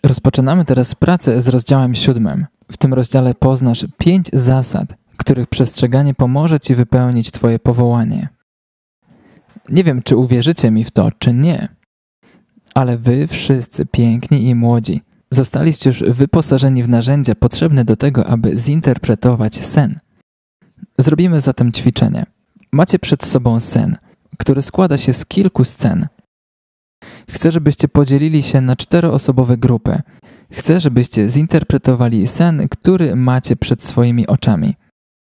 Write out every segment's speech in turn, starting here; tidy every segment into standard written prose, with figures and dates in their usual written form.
Rozpoczynamy teraz pracę z rozdziałem 7. W tym rozdziale poznasz 5 zasad, których przestrzeganie pomoże Ci wypełnić Twoje powołanie. Nie wiem, czy uwierzycie mi w to, czy nie, ale Wy wszyscy piękni i młodzi zostaliście już wyposażeni w narzędzia potrzebne do tego, aby zinterpretować sen. Zrobimy zatem ćwiczenie. Macie przed sobą sen, który składa się z kilku scen. Chcę, żebyście podzielili się na 4-osobowe grupy. Chcę, żebyście zinterpretowali sen, który macie przed swoimi oczami.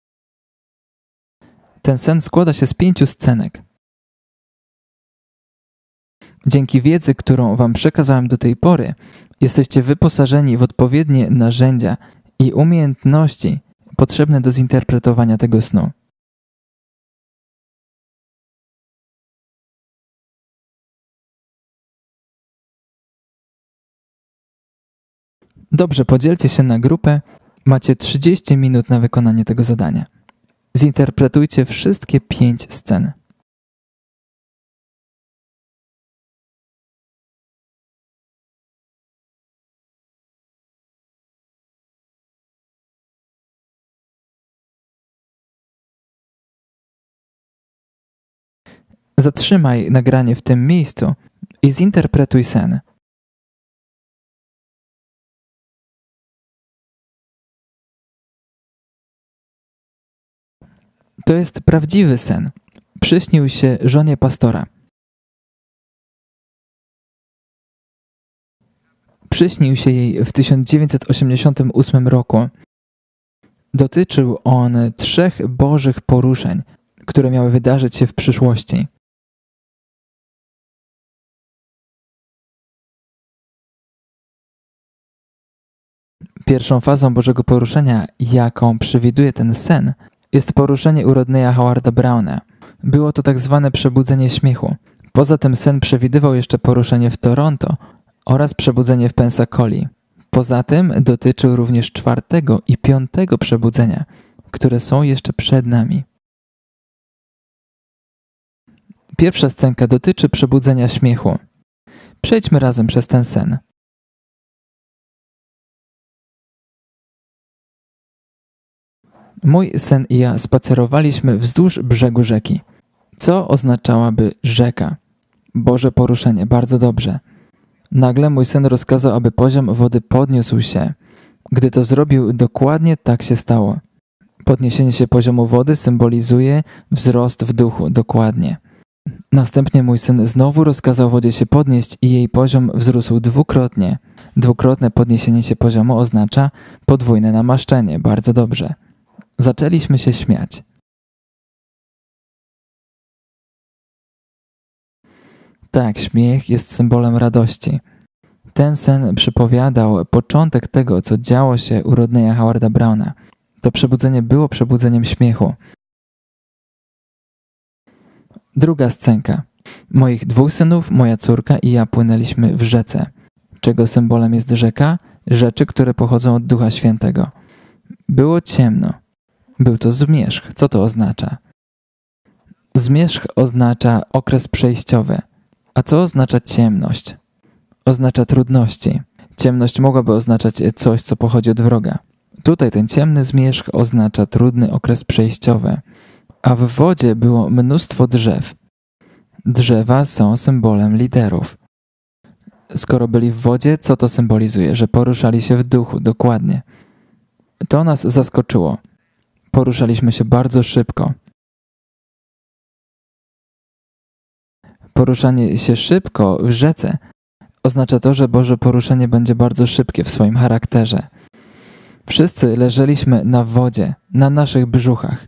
Ten sen składa się z 5 scenek. Dzięki wiedzy, którą Wam przekazałem do tej pory, jesteście wyposażeni w odpowiednie narzędzia i umiejętności potrzebne do zinterpretowania tego snu. Dobrze, podzielcie się na grupę. Macie 30 minut na wykonanie tego zadania. Zinterpretujcie wszystkie 5 scen. Zatrzymaj nagranie w tym miejscu i zinterpretuj sen. To jest prawdziwy sen. Przyśnił się żonie pastora. Przyśnił się jej w 1988 roku. Dotyczył on 3 bożych poruszeń, które miały wydarzyć się w przyszłości. Pierwszą fazą Bożego poruszenia, jaką przewiduje ten sen, jest poruszenie u Rodneya Howarda Browna. Było to tak zwane przebudzenie śmiechu. Poza tym sen przewidywał jeszcze poruszenie w Toronto oraz przebudzenie w Pensacoli. Poza tym dotyczył również 4. i 5. przebudzenia, które są jeszcze przed nami. Pierwsza scenka dotyczy przebudzenia śmiechu. Przejdźmy razem przez ten sen. Mój syn i ja spacerowaliśmy wzdłuż brzegu rzeki. Co oznaczałaby rzeka? Boże poruszenie, bardzo dobrze. Nagle mój syn rozkazał, aby poziom wody podniósł się. Gdy to zrobił, dokładnie tak się stało. Podniesienie się poziomu wody symbolizuje wzrost w duchu, dokładnie. Następnie mój syn znowu rozkazał wodzie się podnieść i jej poziom wzrósł dwukrotnie. Dwukrotne podniesienie się poziomu oznacza podwójne namaszczenie, bardzo dobrze. Zaczęliśmy się śmiać. Tak, śmiech jest symbolem radości. Ten sen przypowiadał początek tego, co działo się u Rodneya Howarda Browna. To przebudzenie było przebudzeniem śmiechu. Druga scenka. Moich 2 synów, moja córka i ja płynęliśmy w rzece. Czego symbolem jest rzeka? Rzeczy, które pochodzą od Ducha Świętego. Było ciemno. Był to zmierzch. Co to oznacza? Zmierzch oznacza okres przejściowy. A co oznacza ciemność? Oznacza trudności. Ciemność mogłaby oznaczać coś, co pochodzi od wroga. Tutaj ten ciemny zmierzch oznacza trudny okres przejściowy. A w wodzie było mnóstwo drzew. Drzewa są symbolem liderów. Skoro byli w wodzie, co to symbolizuje? Że poruszali się w duchu, dokładnie. To nas zaskoczyło. Poruszaliśmy się bardzo szybko. Poruszanie się szybko w rzece oznacza to, że Boże poruszenie będzie bardzo szybkie w swoim charakterze. Wszyscy leżeliśmy na wodzie, na naszych brzuchach.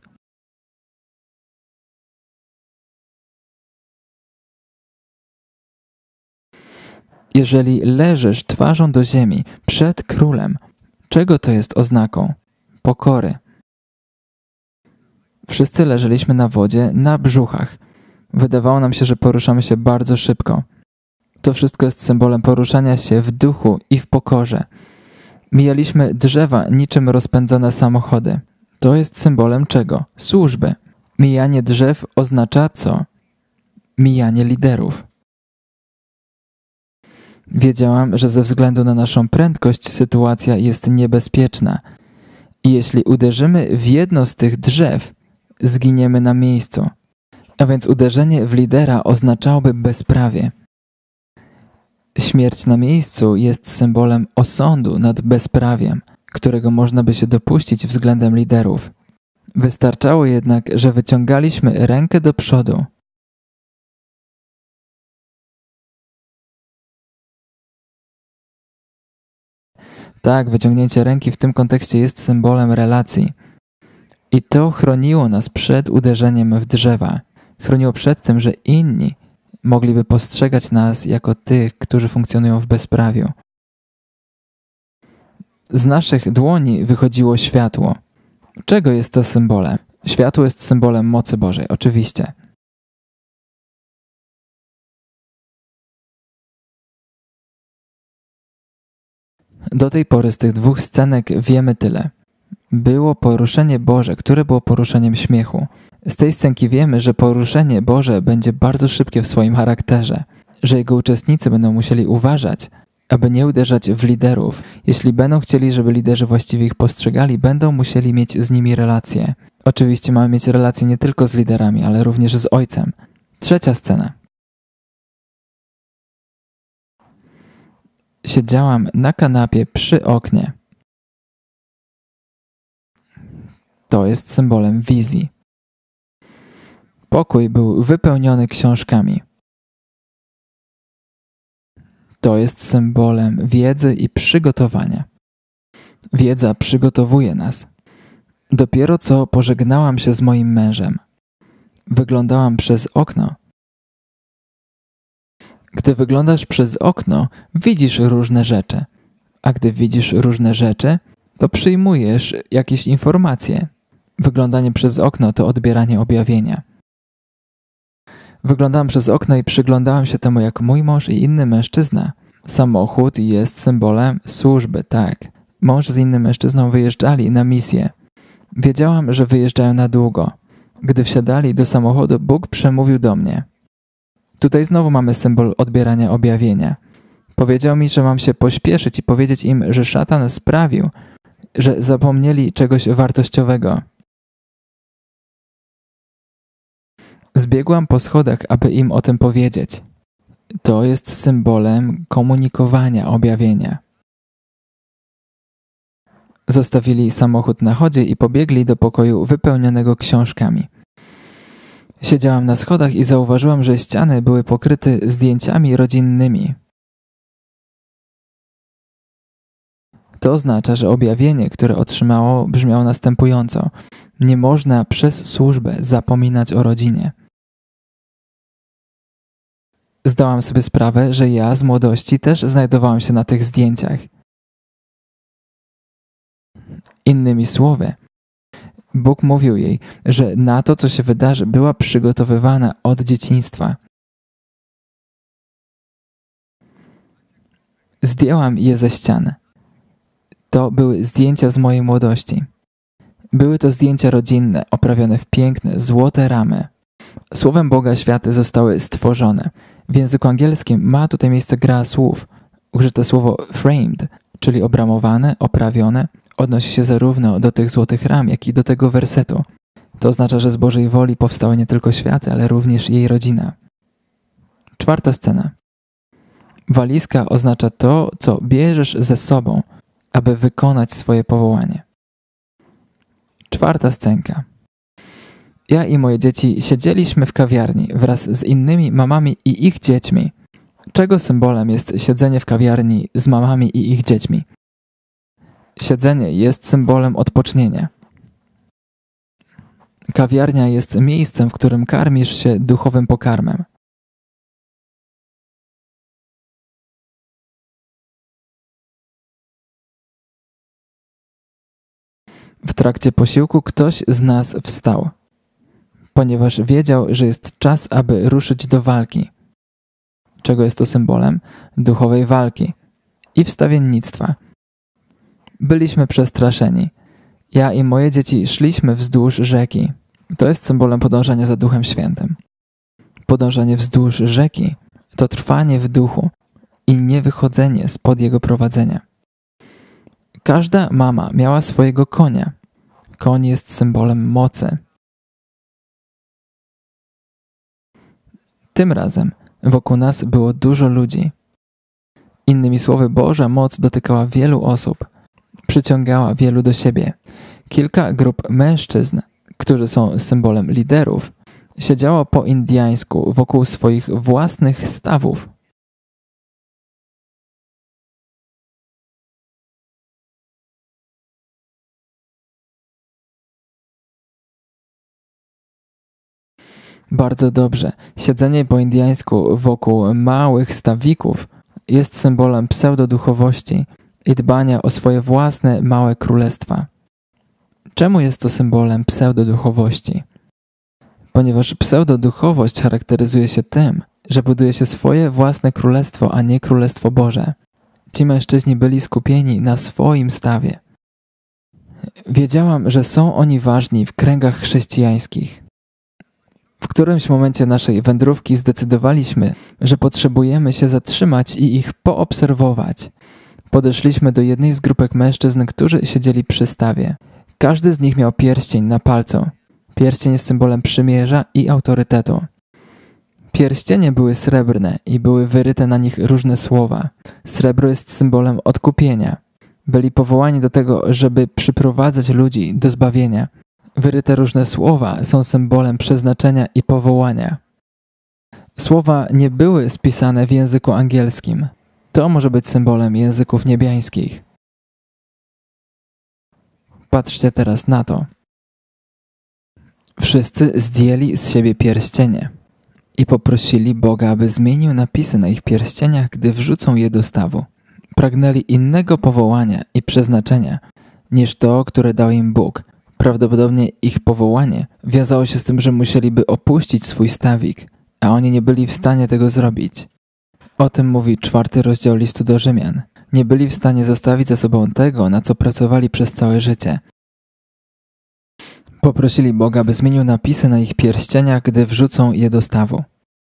Jeżeli leżysz twarzą do ziemi przed królem, czego to jest oznaką? Pokory. Wszyscy leżeliśmy na wodzie, na brzuchach. Wydawało nam się, że poruszamy się bardzo szybko. To wszystko jest symbolem poruszania się w duchu i w pokorze. Mijaliśmy drzewa niczym rozpędzone samochody. To jest symbolem czego? Służby. Mijanie drzew oznacza co? Mijanie liderów. Wiedziałam, że ze względu na naszą prędkość sytuacja jest niebezpieczna i jeśli uderzymy w jedno z tych drzew, zginiemy na miejscu. A więc uderzenie w lidera oznaczałoby bezprawie. Śmierć na miejscu jest symbolem osądu nad bezprawiem, którego można by się dopuścić względem liderów. Wystarczało jednak, że wyciągaliśmy rękę do przodu. Tak, wyciągnięcie ręki w tym kontekście jest symbolem relacji. I to chroniło nas przed uderzeniem w drzewa. Chroniło przed tym, że inni mogliby postrzegać nas jako tych, którzy funkcjonują w bezprawiu. Z naszych dłoni wychodziło światło. Czego jest to symbolem? Światło jest symbolem mocy Bożej, oczywiście. Do tej pory z tych dwóch scenek wiemy tyle. Było poruszenie Boże, które było poruszeniem śmiechu. Z tej scenki wiemy, że poruszenie Boże będzie bardzo szybkie w swoim charakterze, że jego uczestnicy będą musieli uważać, aby nie uderzać w liderów. Jeśli będą chcieli, żeby liderzy właściwie ich postrzegali, będą musieli mieć z nimi relacje. Oczywiście mamy mieć relacje nie tylko z liderami, ale również z Ojcem. Trzecia scena. Siedziałam na kanapie przy oknie. To jest symbolem wizji. Pokój był wypełniony książkami. To jest symbolem wiedzy i przygotowania. Wiedza przygotowuje nas. Dopiero co pożegnałam się z moim mężem. Wyglądałam przez okno. Gdy wyglądasz przez okno, widzisz różne rzeczy. A gdy widzisz różne rzeczy, to przyjmujesz jakieś informacje. Wyglądanie przez okno to odbieranie objawienia. Wyglądałam przez okno i przyglądałam się temu, jak mój mąż i inny mężczyzna. Samochód jest symbolem służby, tak. Mąż z innym mężczyzną wyjeżdżali na misję. Wiedziałam, że wyjeżdżają na długo. Gdy wsiadali do samochodu, Bóg przemówił do mnie. Tutaj znowu mamy symbol odbierania objawienia. Powiedział mi, że mam się pośpieszyć i powiedzieć im, że szatan sprawił, że zapomnieli czegoś wartościowego. Zbiegłam po schodach, aby im o tym powiedzieć. To jest symbolem komunikowania objawienia. Zostawili samochód na chodzie i pobiegli do pokoju wypełnionego książkami. Siedziałam na schodach i zauważyłam, że ściany były pokryte zdjęciami rodzinnymi. To oznacza, że objawienie, które otrzymało, brzmiało następująco. Nie można przez służbę zapominać o rodzinie. Zdałam sobie sprawę, że ja z młodości też znajdowałam się na tych zdjęciach. Innymi słowy, Bóg mówił jej, że na to, co się wydarzy, była przygotowywana od dzieciństwa. Zdjęłam je ze ścian. To były zdjęcia z mojej młodości. Były to zdjęcia rodzinne, oprawione w piękne, złote ramy. Słowem Boga światy zostały stworzone. W języku angielskim ma tutaj miejsce gra słów. Użyte słowo framed, czyli obramowane, oprawione, odnosi się zarówno do tych złotych ram, jak i do tego wersetu. To oznacza, że z Bożej woli powstały nie tylko światy, ale również jej rodzina. Czwarta scena. Walizka oznacza to, co bierzesz ze sobą, aby wykonać swoje powołanie. Czwarta scenka. Ja i moje dzieci siedzieliśmy w kawiarni wraz z innymi mamami i ich dziećmi. Czego symbolem jest siedzenie w kawiarni z mamami i ich dziećmi? Siedzenie jest symbolem odpocznienia. Kawiarnia jest miejscem, w którym karmisz się duchowym pokarmem. W trakcie posiłku ktoś z nas wstał, ponieważ wiedział, że jest czas, aby ruszyć do walki. Czego jest to symbolem? Duchowej walki i wstawiennictwa. Byliśmy przestraszeni. Ja i moje dzieci szliśmy wzdłuż rzeki. To jest symbolem podążania za Duchem Świętym. Podążanie wzdłuż rzeki to trwanie w duchu. i niewychodzenie spod jego prowadzenia. Każda mama miała swojego konia. Koń jest symbolem mocy. Tym razem wokół nas było dużo ludzi. Innymi słowy, Boża moc dotykała wielu osób. Przyciągała wielu do siebie. Kilka grup mężczyzn, którzy są symbolem liderów, siedziało po indyjsku wokół swoich własnych stawów. Bardzo dobrze. Siedzenie po indyjsku wokół małych stawików jest symbolem pseudoduchowości i dbania o swoje własne małe królestwa. Czemu jest to symbolem pseudoduchowości? Ponieważ pseudoduchowość charakteryzuje się tym, że buduje się swoje własne królestwo, a nie Królestwo Boże. Ci mężczyźni byli skupieni na swoim stawie. Wiedziałam, że są oni ważni w kręgach chrześcijańskich. W którymś momencie naszej wędrówki zdecydowaliśmy, że potrzebujemy się zatrzymać i ich poobserwować. Podeszliśmy do jednej z grupek mężczyzn, którzy siedzieli przy stawie. Każdy z nich miał pierścień na palcu. Pierścień jest symbolem przymierza i autorytetu. Pierścienie były srebrne i były wyryte na nich różne słowa. Srebro jest symbolem odkupienia. Byli powołani do tego, żeby przyprowadzać ludzi do zbawienia. Wyryte różne słowa są symbolem przeznaczenia i powołania. Słowa nie były spisane w języku angielskim. To może być symbolem języków niebiańskich. Patrzcie teraz na to. Wszyscy zdjęli z siebie pierścienie i poprosili Boga, aby zmienił napisy na ich pierścieniach, gdy wrzucą je do stawu. Pragnęli innego powołania i przeznaczenia niż to, które dał im Bóg. Prawdopodobnie ich powołanie wiązało się z tym, że musieliby opuścić swój stawik, a oni nie byli w stanie tego zrobić. O tym mówi 4 rozdział listu do Rzymian. Nie byli w stanie zostawić za sobą tego, na co pracowali przez całe życie. Poprosili Boga, by zmienił napisy na ich pierścieniach, gdy wrzucą je do stawu.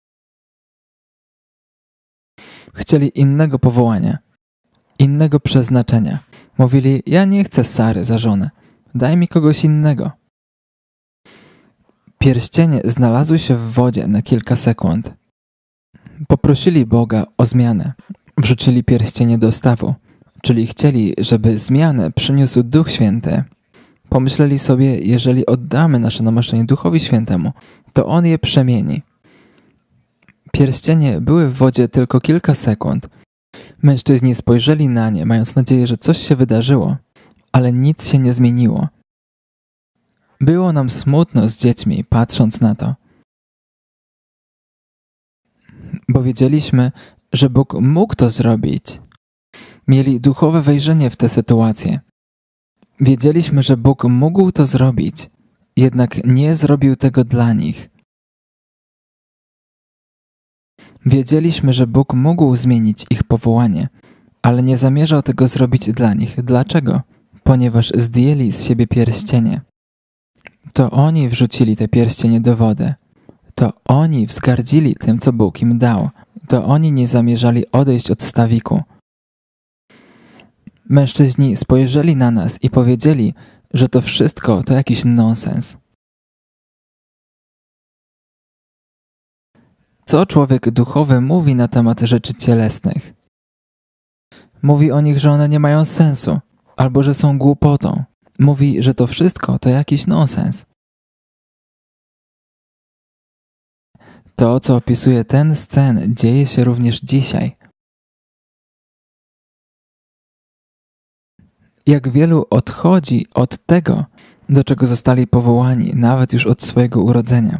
Chcieli innego powołania, innego przeznaczenia. Mówili, ja nie chcę Sary za żonę, daj mi kogoś innego. Pierścienie znalazły się w wodzie na kilka sekund. Poprosili Boga o zmianę. Wrzucili pierścienie do stawu, czyli chcieli, żeby zmianę przyniósł Duch Święty. Pomyśleli sobie, jeżeli oddamy nasze namaszczenie Duchowi Świętemu, to On je przemieni. Pierścienie były w wodzie tylko kilka sekund. Mężczyźni spojrzeli na nie, mając nadzieję, że coś się wydarzyło, ale nic się nie zmieniło. Było nam smutno z dziećmi, patrząc na to. Bo wiedzieliśmy, że Bóg mógł to zrobić. Mieli duchowe wejrzenie w tę sytuację. Wiedzieliśmy, że Bóg mógł to zrobić, jednak nie zrobił tego dla nich. Wiedzieliśmy, że Bóg mógł zmienić ich powołanie, ale nie zamierzał tego zrobić dla nich. Dlaczego? Ponieważ zdjęli z siebie pierścienie. To oni wrzucili te pierścienie do wody. To oni wzgardzili tym, co Bóg im dał. To oni nie zamierzali odejść od stawiku. Mężczyźni spojrzeli na nas i powiedzieli, że to wszystko to jakiś nonsens. Co człowiek duchowy mówi na temat rzeczy cielesnych? Mówi o nich, że one nie mają sensu, albo że są głupotą. Mówi, że to wszystko to jakiś nonsens. To, co opisuje ten scen, dzieje się również dzisiaj. Jak wielu odchodzi od tego, do czego zostali powołani, nawet już od swojego urodzenia.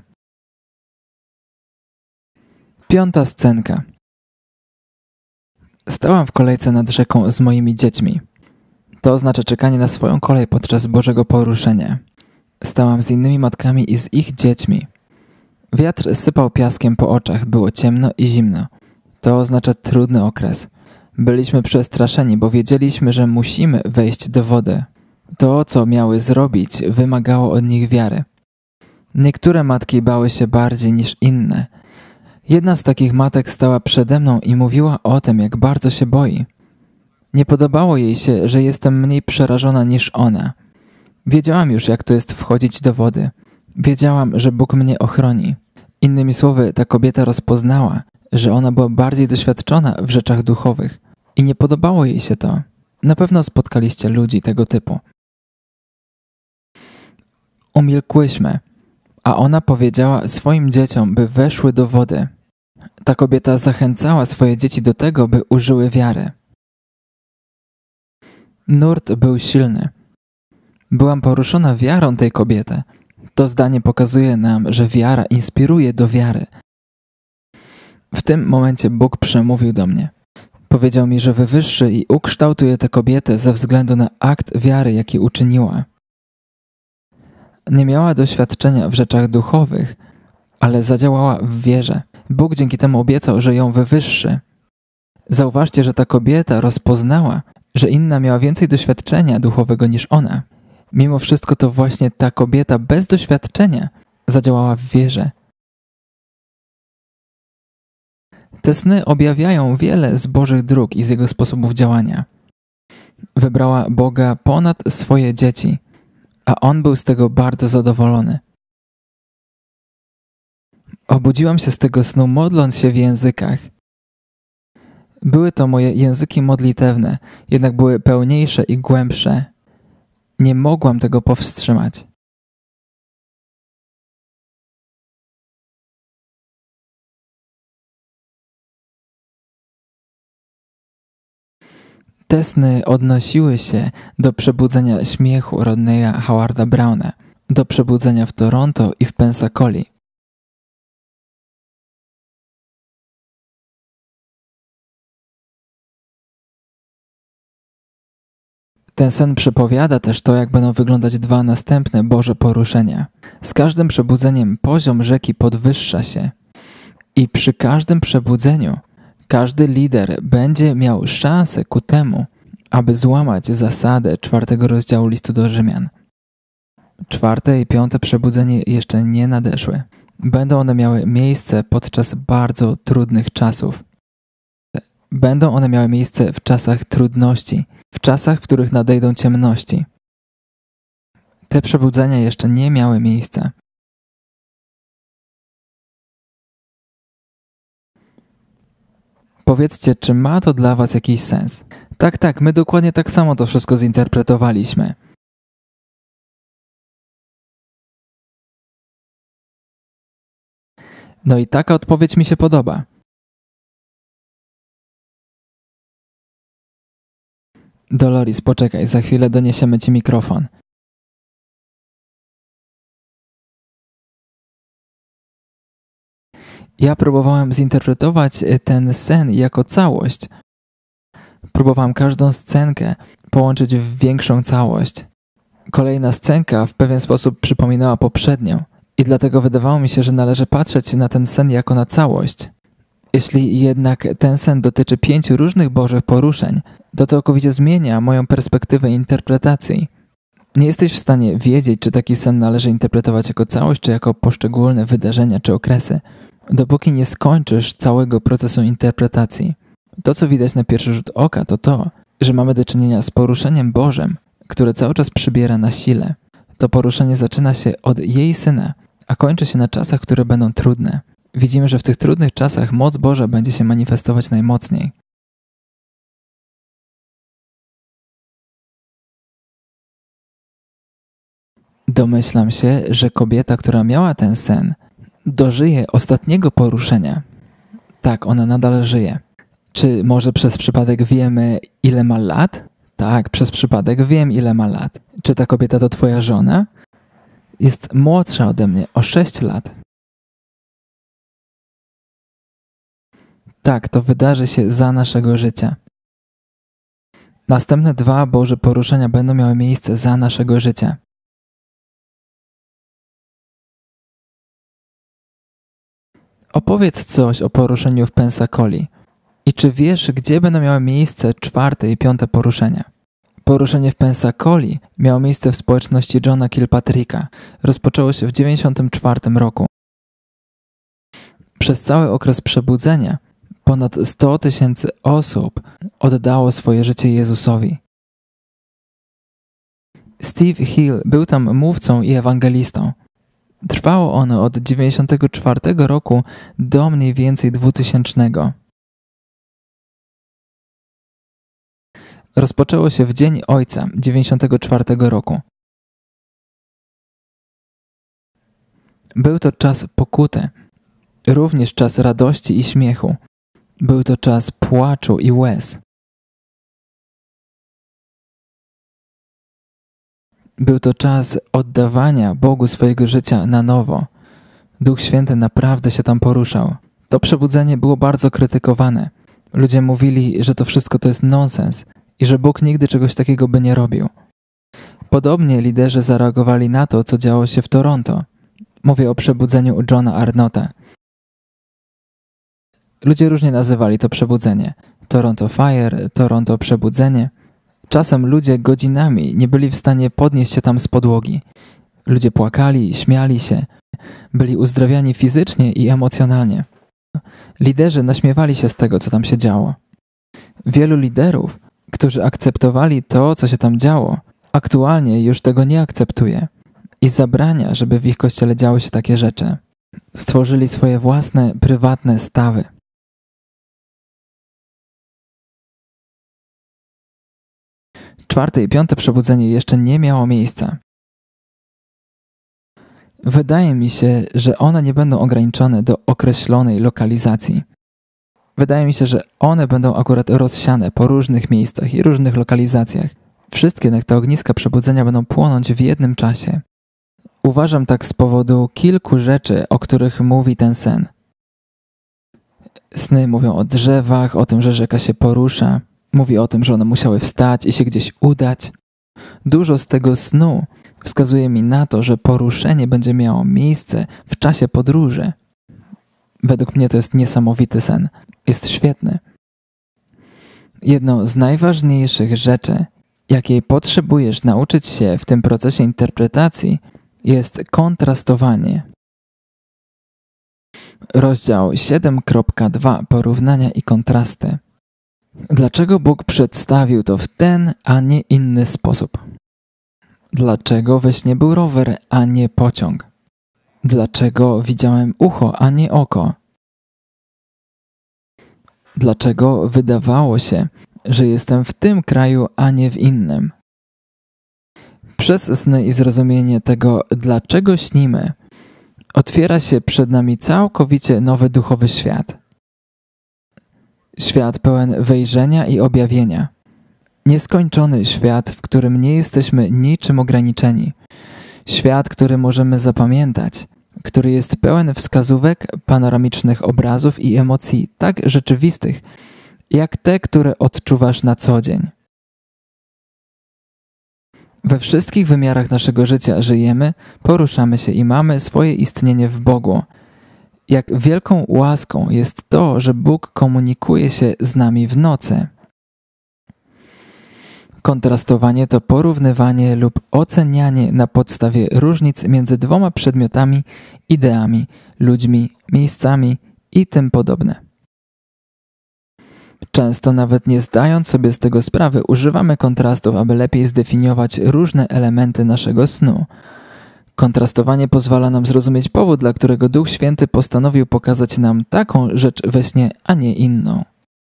5. scenka. Stałam w kolejce nad rzeką z moimi dziećmi. To oznacza czekanie na swoją kolej podczas Bożego poruszenia. Stałam z innymi matkami i z ich dziećmi. Wiatr sypał piaskiem po oczach, było ciemno i zimno. To oznacza trudny okres. Byliśmy przestraszeni, bo wiedzieliśmy, że musimy wejść do wody. To, co miały zrobić, wymagało od nich wiary. Niektóre matki bały się bardziej niż inne. Jedna z takich matek stała przede mną i mówiła o tym, jak bardzo się boi. Nie podobało jej się, że jestem mniej przerażona niż ona. Wiedziałam już, jak to jest wchodzić do wody. Wiedziałam, że Bóg mnie ochroni. Innymi słowy, ta kobieta rozpoznała, że ona była bardziej doświadczona w rzeczach duchowych i nie podobało jej się to. Na pewno spotkaliście ludzi tego typu. Umilkłyśmy, a ona powiedziała swoim dzieciom, by weszły do wody. Ta kobieta zachęcała swoje dzieci do tego, by użyły wiary. Nurt był silny. Byłam poruszona wiarą tej kobiety. To zdanie pokazuje nam, że wiara inspiruje do wiary. W tym momencie Bóg przemówił do mnie. Powiedział mi, że wywyższy i ukształtuje tę kobietę ze względu na akt wiary, jaki uczyniła. Nie miała doświadczenia w rzeczach duchowych, ale zadziałała w wierze. Bóg dzięki temu obiecał, że ją wywyższy. Zauważcie, że ta kobieta rozpoznała, że inna miała więcej doświadczenia duchowego niż ona. Mimo wszystko to właśnie ta kobieta bez doświadczenia zadziałała w wierze. Te sny objawiają wiele z Bożych dróg i z Jego sposobów działania. Wybrała Boga ponad swoje dzieci, a On był z tego bardzo zadowolony. Obudziłam się z tego snu, modląc się w językach. Były to moje języki modlitewne, jednak były pełniejsze i głębsze. Nie mogłam tego powstrzymać. Te sny odnosiły się do przebudzenia śmiechu Rodneya Howarda Browna, do przebudzenia w Toronto i w Pensacoli. Ten sen przepowiada też to, jak będą wyglądać dwa następne Boże poruszenia. Z każdym przebudzeniem poziom rzeki podwyższa się i przy każdym przebudzeniu każdy lider będzie miał szansę ku temu, aby złamać zasadę 4 rozdziału listu do Rzymian. 4 i 5 przebudzenie jeszcze nie nadeszły. Będą one miały miejsce podczas bardzo trudnych czasów. Będą one miały miejsce w czasach trudności, w czasach, w których nadejdą ciemności. Te przebudzenia jeszcze nie miały miejsca. Powiedzcie, czy ma to dla was jakiś sens? Tak, my dokładnie tak samo to wszystko zinterpretowaliśmy. No i taka odpowiedź mi się podoba. Doloris, poczekaj, za chwilę doniesiemy ci mikrofon. Ja próbowałem zinterpretować ten sen jako całość. Próbowałem każdą scenkę połączyć w większą całość. Kolejna scenka w pewien sposób przypominała poprzednią i dlatego wydawało mi się, że należy patrzeć na ten sen jako na całość. Jeśli jednak ten sen dotyczy 5 różnych Bożych poruszeń, to całkowicie zmienia moją perspektywę interpretacji. Nie jesteś w stanie wiedzieć, czy taki sen należy interpretować jako całość, czy jako poszczególne wydarzenia, czy okresy, dopóki nie skończysz całego procesu interpretacji. To, co widać na pierwszy rzut oka, to to, że mamy do czynienia z poruszeniem Bożym, które cały czas przybiera na sile. To poruszenie zaczyna się od jej Syna, a kończy się na czasach, które będą trudne. Widzimy, że w tych trudnych czasach moc Boża będzie się manifestować najmocniej. Domyślam się, że kobieta, która miała ten sen, dożyje ostatniego poruszenia. Tak, ona nadal żyje. Czy może przez przypadek wiemy, ile ma lat? Tak, przez przypadek wiem, ile ma lat. Czy ta kobieta to twoja żona? Jest młodsza ode mnie o 6 lat. Tak, to wydarzy się za naszego życia. Następne 2 Boże poruszenia będą miały miejsce za naszego życia. Opowiedz coś o poruszeniu w Pensacoli. I czy wiesz, gdzie będą miały miejsce 4 i 5 poruszenia? Poruszenie w Pensacoli miało miejsce w społeczności Johna Kilpatricka. Rozpoczęło się w 1994 roku. Przez cały okres przebudzenia ponad 100 000 osób oddało swoje życie Jezusowi. Steve Hill był tam mówcą i ewangelistą. Trwało ono od 1994 roku do mniej więcej 2000. Rozpoczęło się w Dzień Ojca 1994 roku. Był to czas pokuty, również czas radości i śmiechu. Był to czas płaczu i łez. Był to czas oddawania Bogu swojego życia na nowo. Duch Święty naprawdę się tam poruszał. To przebudzenie było bardzo krytykowane. Ludzie mówili, że to wszystko to jest nonsens i że Bóg nigdy czegoś takiego by nie robił. Podobnie liderzy zareagowali na to, co działo się w Toronto. Mówię o przebudzeniu Johna Arnotta. Ludzie różnie nazywali to przebudzenie. Toronto Fire, Toronto Przebudzenie. Czasem ludzie godzinami nie byli w stanie podnieść się tam z podłogi. Ludzie płakali, śmiali się. Byli uzdrawiani fizycznie i emocjonalnie. Liderzy naśmiewali się z tego, co tam się działo. Wielu liderów, którzy akceptowali to, co się tam działo, aktualnie już tego nie akceptuje i zabrania, żeby w ich kościele działy się takie rzeczy. Stworzyli swoje własne, prywatne stawy. Czwarte i piąte przebudzenie jeszcze nie miało miejsca. Wydaje mi się, że one nie będą ograniczone do określonej lokalizacji. Wydaje mi się, że one będą akurat rozsiane po różnych miejscach i różnych lokalizacjach. Wszystkie jednak te ogniska przebudzenia będą płonąć w jednym czasie. Uważam tak z powodu kilku rzeczy, o których mówi ten sen. Sny mówią o drzewach, o tym, że rzeka się porusza. Mówi o tym, że one musiały wstać i się gdzieś udać. Dużo z tego snu wskazuje mi na to, że poruszenie będzie miało miejsce w czasie podróży. Według mnie to jest niesamowity sen. Jest świetny. Jedną z najważniejszych rzeczy, jakiej potrzebujesz nauczyć się w tym procesie interpretacji, jest kontrastowanie. Rozdział 7.2 Porównania i kontrasty. Dlaczego Bóg przedstawił to w ten, a nie inny sposób? Dlaczego we śnie był rower, a nie pociąg? Dlaczego widziałem ucho, a nie oko? Dlaczego wydawało się, że jestem w tym kraju, a nie w innym? Przez sny i zrozumienie tego, dlaczego śnimy, otwiera się przed nami całkowicie nowy duchowy świat. Świat pełen wejrzenia i objawienia. Nieskończony świat, w którym nie jesteśmy niczym ograniczeni. Świat, który możemy zapamiętać, który jest pełen wskazówek, panoramicznych obrazów i emocji tak rzeczywistych, jak te, które odczuwasz na co dzień. We wszystkich wymiarach naszego życia żyjemy, poruszamy się i mamy swoje istnienie w Bogu. Jak wielką łaską jest to, że Bóg komunikuje się z nami w nocy. Kontrastowanie to porównywanie lub ocenianie na podstawie różnic między dwoma przedmiotami, ideami, ludźmi, miejscami i tym podobne. Często nawet nie zdając sobie z tego sprawy, używamy kontrastów, aby lepiej zdefiniować różne elementy naszego snu. Kontrastowanie pozwala nam zrozumieć powód, dla którego Duch Święty postanowił pokazać nam taką rzecz we śnie, a nie inną.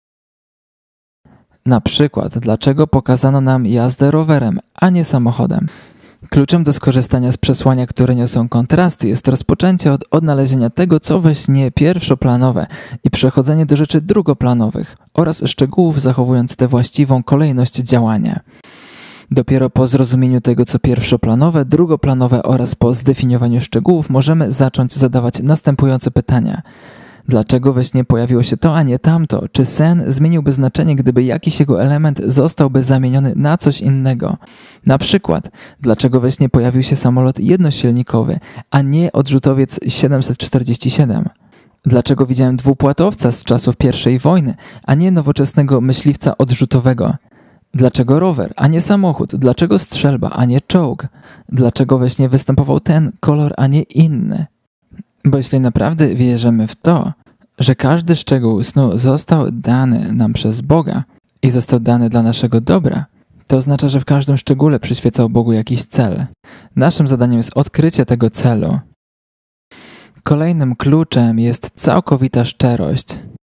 Na przykład, dlaczego pokazano nam jazdę rowerem, a nie samochodem. Kluczem do skorzystania z przesłania, które niosą kontrasty, jest rozpoczęcie od odnalezienia tego, co we śnie pierwszoplanowe i przechodzenie do rzeczy drugoplanowych oraz szczegółów, zachowując tę właściwą kolejność działania. Dopiero po zrozumieniu tego, co pierwszoplanowe, drugoplanowe oraz po zdefiniowaniu szczegółów możemy zacząć zadawać następujące pytania. Dlaczego we śnie pojawiło się to, a nie tamto? Czy sen zmieniłby znaczenie, gdyby jakiś jego element zostałby zamieniony na coś innego? Na przykład, dlaczego we śnie pojawił się samolot jednosilnikowy, a nie odrzutowiec 747? Dlaczego widziałem dwupłatowca z czasów I wojny, a nie nowoczesnego myśliwca odrzutowego? Dlaczego rower, a nie samochód? Dlaczego strzelba, a nie czołg? Dlaczego we śnie występował ten kolor, a nie inny? Bo jeśli naprawdę wierzymy w to, że każdy szczegół snu został dany nam przez Boga i został dany dla naszego dobra, to oznacza, że w każdym szczególe przyświecał Bogu jakiś cel. Naszym zadaniem jest odkrycie tego celu. Kolejnym kluczem jest całkowita szczerość.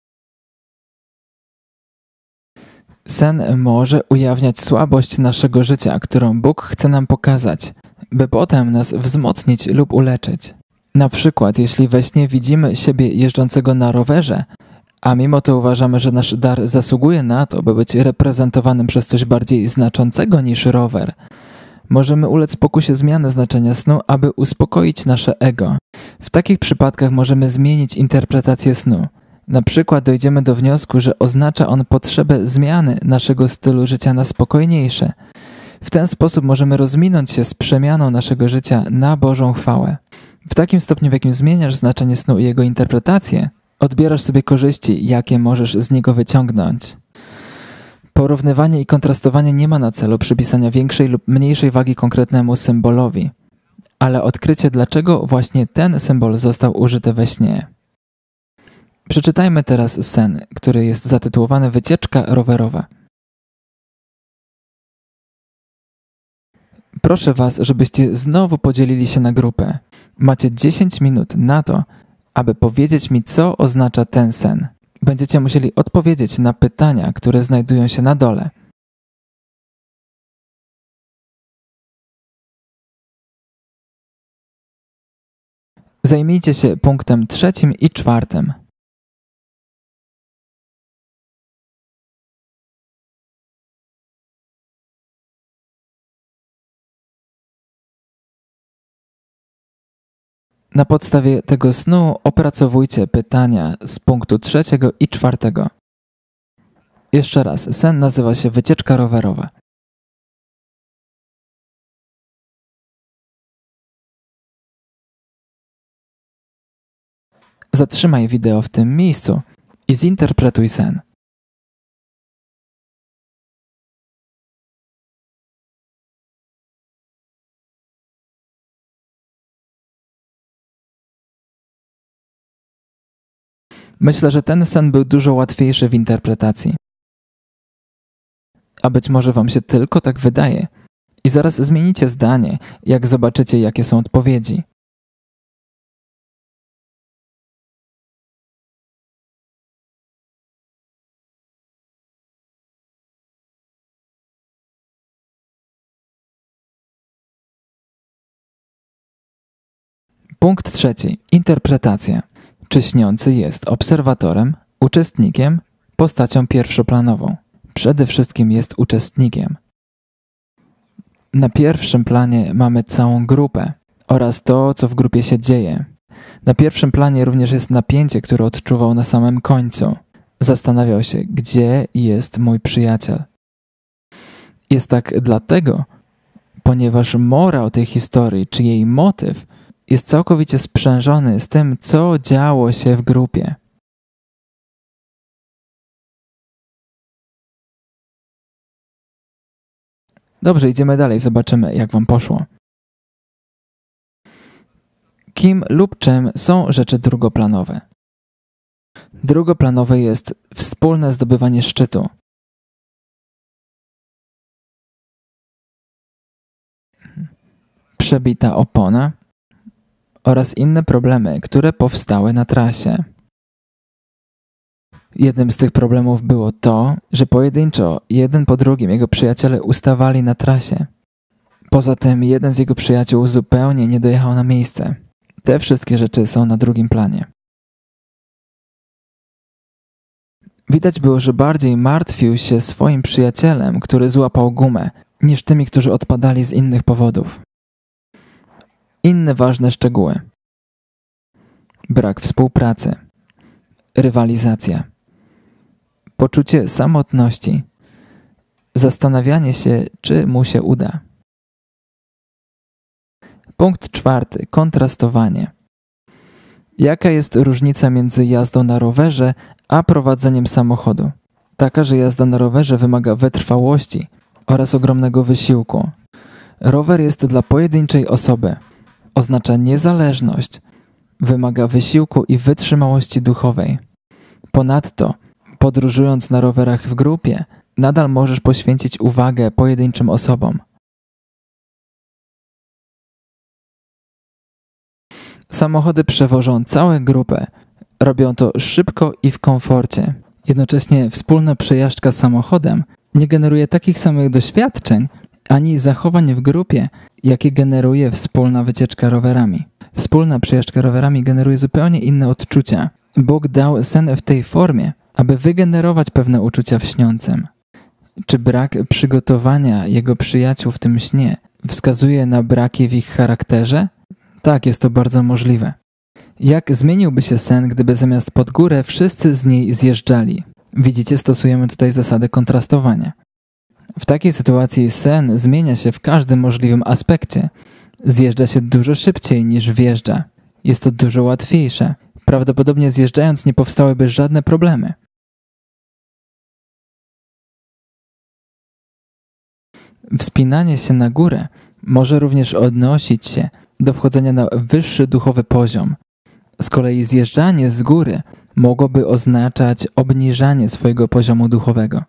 Sen może ujawniać słabość naszego życia, którą Bóg chce nam pokazać, by potem nas wzmocnić lub uleczyć. Na przykład, jeśli we śnie widzimy siebie jeżdżącego na rowerze, a mimo to uważamy, że nasz dar zasługuje na to, by być reprezentowanym przez coś bardziej znaczącego niż rower, możemy ulec pokusie zmiany znaczenia snu, aby uspokoić nasze ego. W takich przypadkach możemy zmienić interpretację snu. Na przykład dojdziemy do wniosku, że oznacza on potrzebę zmiany naszego stylu życia na spokojniejsze. W ten sposób możemy rozminąć się z przemianą naszego życia na Bożą chwałę. W takim stopniu, w jakim zmieniasz znaczenie snu i jego interpretację, odbierasz sobie korzyści, jakie możesz z niego wyciągnąć. Porównywanie i kontrastowanie nie ma na celu przypisania większej lub mniejszej wagi konkretnemu symbolowi, ale odkrycie, dlaczego właśnie ten symbol został użyty we śnie. Przeczytajmy teraz sen, który jest zatytułowany Wycieczka rowerowa. Proszę Was, żebyście znowu podzielili się na grupę. Macie 10 minut na to, aby powiedzieć mi, co oznacza ten sen. Będziecie musieli odpowiedzieć na pytania, które znajdują się na dole. Zajmijcie się punktem 3 i 4. Na podstawie tego snu opracowujcie pytania z punktu 3 i 4. Jeszcze raz, sen nazywa się Wycieczka rowerowa. Zatrzymaj wideo w tym miejscu i zinterpretuj sen. Myślę, że ten sen był dużo łatwiejszy w interpretacji. A być może Wam się tylko tak wydaje. I zaraz zmienicie zdanie, jak zobaczycie, jakie są odpowiedzi. Punkt 3. Interpretacja. Czy śniący jest obserwatorem, uczestnikiem, postacią pierwszoplanową? Przede wszystkim jest uczestnikiem. Na pierwszym planie mamy całą grupę oraz to, co w grupie się dzieje. Na pierwszym planie również jest napięcie, które odczuwał na samym końcu. Zastanawiał się, gdzie jest mój przyjaciel. Jest tak dlatego, ponieważ morał tej historii, czy jej motyw, jest całkowicie sprzężony z tym, co działo się w grupie. Dobrze, idziemy dalej, zobaczymy, jak Wam poszło. Kim lub czym są rzeczy drugoplanowe? Drugoplanowe jest wspólne zdobywanie szczytu. Przebita opona oraz inne problemy, które powstały na trasie. Jednym z tych problemów było to, że pojedynczo, jeden po drugim, jego przyjaciele ustawali na trasie. Poza tym jeden z jego przyjaciół zupełnie nie dojechał na miejsce. Te wszystkie rzeczy są na drugim planie. Widać było, że bardziej martwił się swoim przyjacielem, który złapał gumę, niż tymi, którzy odpadali z innych powodów. Inne ważne szczegóły. Brak współpracy. Rywalizacja. Poczucie samotności. Zastanawianie się, czy mu się uda. Punkt 4. Kontrastowanie. Jaka jest różnica między jazdą na rowerze a prowadzeniem samochodu? Taka, że jazda na rowerze wymaga wytrwałości oraz ogromnego wysiłku. Rower jest dla pojedynczej osoby. Oznacza niezależność, wymaga wysiłku i wytrzymałości duchowej. Ponadto, podróżując na rowerach w grupie, nadal możesz poświęcić uwagę pojedynczym osobom. Samochody przewożą całą grupę. Robią to szybko i w komforcie. Jednocześnie wspólna przejażdżka samochodem nie generuje takich samych doświadczeń ani zachowań w grupie, jakie generuje wspólna wycieczka rowerami. Wspólna przejażdżka rowerami generuje zupełnie inne odczucia. Bóg dał sen w tej formie, aby wygenerować pewne uczucia w śniącym. Czy brak przygotowania jego przyjaciół w tym śnie wskazuje na braki w ich charakterze? Tak, jest to bardzo możliwe. Jak zmieniłby się sen, gdyby zamiast pod górę wszyscy z niej zjeżdżali? Widzicie, stosujemy tutaj zasadę kontrastowania. W takiej sytuacji sen zmienia się w każdym możliwym aspekcie. Zjeżdża się dużo szybciej niż wjeżdża. Jest to dużo łatwiejsze. Prawdopodobnie zjeżdżając nie powstałyby żadne problemy. Wspinanie się na górę może również odnosić się do wchodzenia na wyższy duchowy poziom. Z kolei zjeżdżanie z góry mogłoby oznaczać obniżanie swojego poziomu duchowego.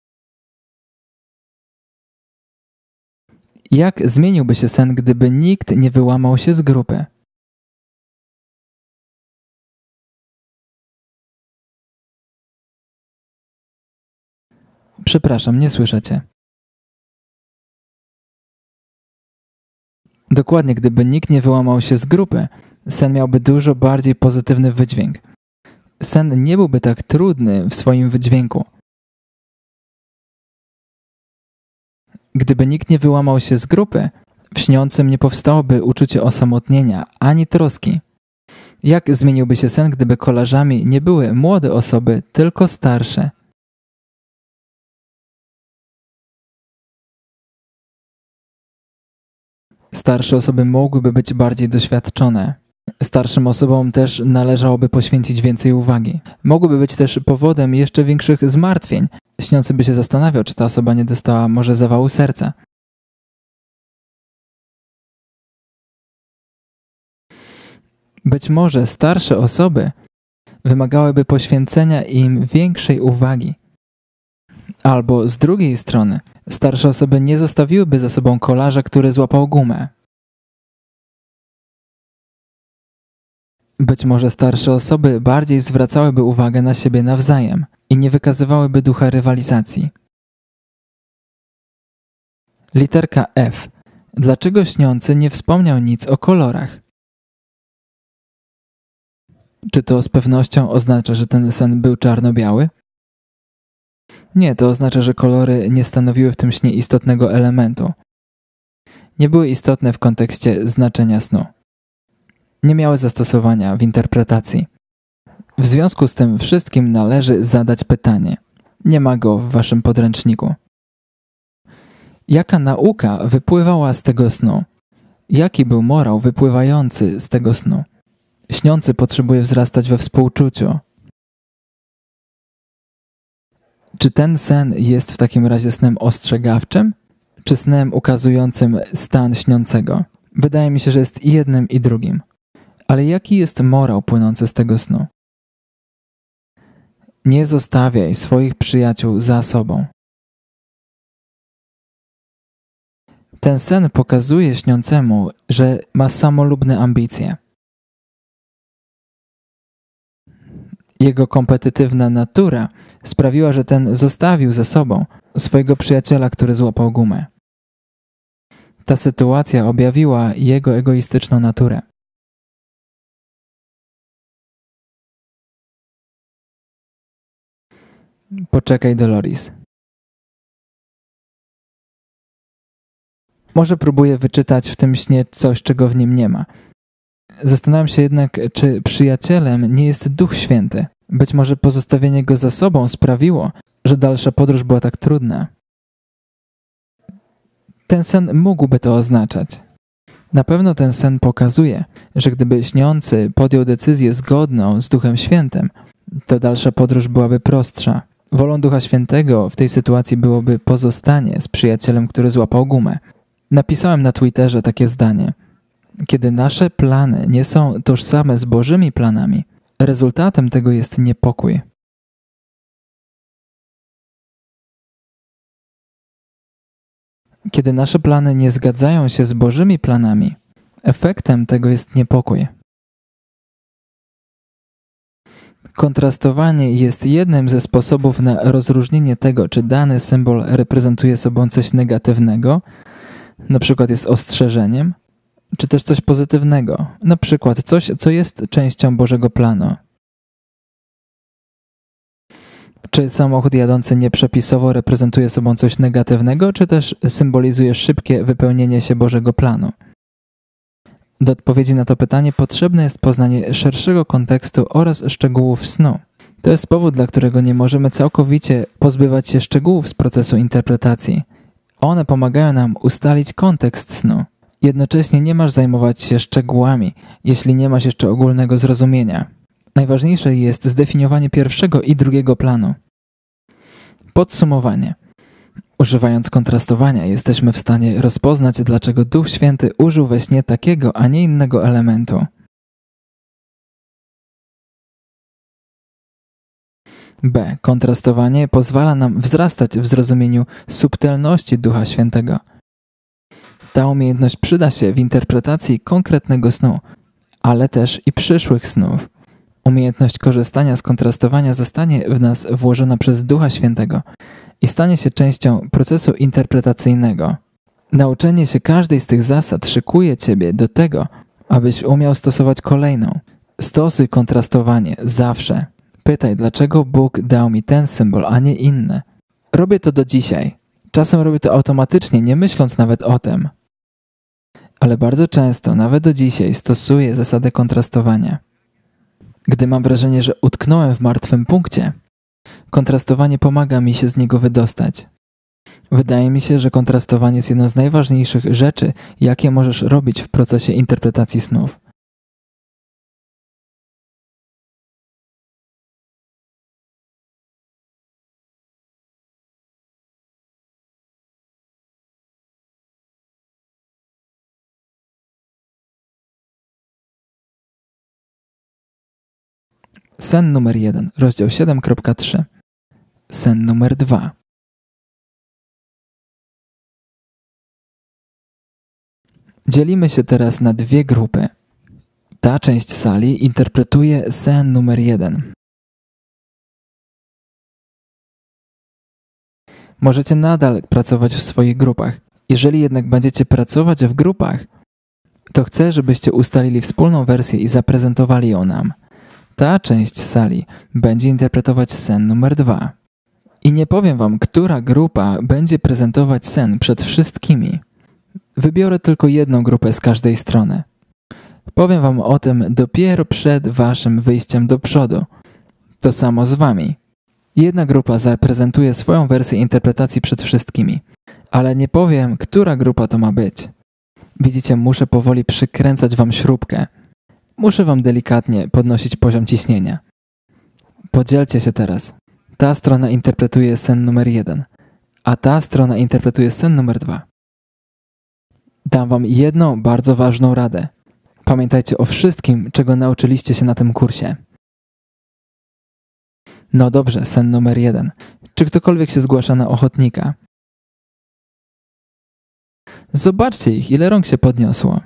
Jak zmieniłby się sen, gdyby nikt nie wyłamał się z grupy? Przepraszam, nie słyszę cię. Dokładnie, gdyby nikt nie wyłamał się z grupy, sen miałby dużo bardziej pozytywny wydźwięk. Sen nie byłby tak trudny w swoim wydźwięku. Gdyby nikt nie wyłamał się z grupy, w śniącym nie powstałoby uczucie osamotnienia ani troski. Jak zmieniłby się sen, gdyby kolarzami nie były młode osoby, tylko starsze? Starsze osoby mogłyby być bardziej doświadczone. Starszym osobom też należałoby poświęcić więcej uwagi. Mogłyby być też powodem jeszcze większych zmartwień. Śniący by się zastanawiał, czy ta osoba nie dostała może zawału serca. Być może starsze osoby wymagałyby poświęcenia im większej uwagi. Albo z drugiej strony, starsze osoby nie zostawiłyby za sobą kolarza, który złapał gumę. Być może starsze osoby bardziej zwracałyby uwagę na siebie nawzajem i nie wykazywałyby ducha rywalizacji. Literka F. Dlaczego śniący nie wspomniał nic o kolorach? Czy to z pewnością oznacza, że ten sen był czarno-biały? Nie, to oznacza, że kolory nie stanowiły w tym śnie istotnego elementu. Nie były istotne w kontekście znaczenia snu. Nie miały zastosowania w interpretacji. W związku z tym wszystkim należy zadać pytanie. Nie ma go w waszym podręczniku. Jaka nauka wypływała z tego snu? Jaki był morał wypływający z tego snu? Śniący potrzebuje wzrastać we współczuciu. Czy ten sen jest w takim razie snem ostrzegawczym, czy snem ukazującym stan śniącego? Wydaje mi się, że jest i jednym, i drugim. Ale jaki jest morał płynący z tego snu? Nie zostawiaj swoich przyjaciół za sobą. Ten sen pokazuje śniącemu, że ma samolubne ambicje. Jego kompetytywna natura sprawiła, że ten zostawił za sobą swojego przyjaciela, który złapał gumę. Ta sytuacja objawiła jego egoistyczną naturę. Poczekaj, Doloris. Może próbuję wyczytać w tym śnie coś, czego w nim nie ma. Zastanawiam się jednak, czy przyjacielem nie jest Duch Święty. Być może pozostawienie go za sobą sprawiło, że dalsza podróż była tak trudna. Ten sen mógłby to oznaczać. Na pewno ten sen pokazuje, że gdyby śniący podjął decyzję zgodną z Duchem Świętym, to dalsza podróż byłaby prostsza. Wolą Ducha Świętego w tej sytuacji byłoby pozostanie z przyjacielem, który złapał gumę. Napisałem na Twitterze takie zdanie. Kiedy nasze plany nie są tożsame z Bożymi planami, rezultatem tego jest niepokój. Kiedy nasze plany nie zgadzają się z Bożymi planami, efektem tego jest niepokój. Kontrastowanie jest jednym ze sposobów na rozróżnienie tego, czy dany symbol reprezentuje sobą coś negatywnego, na przykład jest ostrzeżeniem, czy też coś pozytywnego, na przykład coś, co jest częścią Bożego planu. Czy samochód jadący nieprzepisowo reprezentuje sobą coś negatywnego, czy też symbolizuje szybkie wypełnienie się Bożego planu? Do odpowiedzi na to pytanie potrzebne jest poznanie szerszego kontekstu oraz szczegółów snu. To jest powód, dla którego nie możemy całkowicie pozbywać się szczegółów z procesu interpretacji. One pomagają nam ustalić kontekst snu. Jednocześnie nie masz zajmować się szczegółami, jeśli nie masz jeszcze ogólnego zrozumienia. Najważniejsze jest zdefiniowanie pierwszego i drugiego planu. Podsumowanie. Używając kontrastowania jesteśmy w stanie rozpoznać, dlaczego Duch Święty użył we śnie takiego, a nie innego elementu. B. Kontrastowanie pozwala nam wzrastać w zrozumieniu subtelności Ducha Świętego. Ta umiejętność przyda się w interpretacji konkretnego snu, ale też i przyszłych snów. Umiejętność korzystania z kontrastowania zostanie w nas włożona przez Ducha Świętego i stanie się częścią procesu interpretacyjnego. Nauczenie się każdej z tych zasad szykuje Ciebie do tego, abyś umiał stosować kolejną. Stosuj kontrastowanie zawsze. Pytaj, dlaczego Bóg dał mi ten symbol, a nie inny. Robię to do dzisiaj. Czasem robię to automatycznie, nie myśląc nawet o tym. Ale bardzo często, nawet do dzisiaj, stosuję zasadę kontrastowania. Gdy mam wrażenie, że utknąłem w martwym punkcie, kontrastowanie pomaga mi się z niego wydostać. Wydaje mi się, że kontrastowanie jest jedną z najważniejszych rzeczy, jakie możesz robić w procesie interpretacji snów. Sen numer 1, rozdział 7.3. Sen numer 2. Dzielimy się teraz na dwie grupy. Ta część sali interpretuje sen numer 1. Możecie nadal pracować w swoich grupach. Jeżeli jednak będziecie pracować w grupach, to chcę, żebyście ustalili wspólną wersję i zaprezentowali ją nam. Ta część sali będzie interpretować sen numer 2. I nie powiem wam, która grupa będzie prezentować sen przed wszystkimi. Wybiorę tylko jedną grupę z każdej strony. Powiem wam o tym dopiero przed waszym wyjściem do przodu. To samo z wami. Jedna grupa zaprezentuje swoją wersję interpretacji przed wszystkimi, ale nie powiem, która grupa to ma być. Widzicie, muszę powoli przykręcać wam śrubkę. Muszę wam delikatnie podnosić poziom ciśnienia. Podzielcie się teraz. Ta strona interpretuje sen numer 1, a ta strona interpretuje sen numer 2. Dam wam jedną bardzo ważną radę. Pamiętajcie o wszystkim, czego nauczyliście się na tym kursie. No dobrze, sen numer 1. Czy ktokolwiek się zgłasza na ochotnika? Zobaczcie ich, ile rąk się podniosło.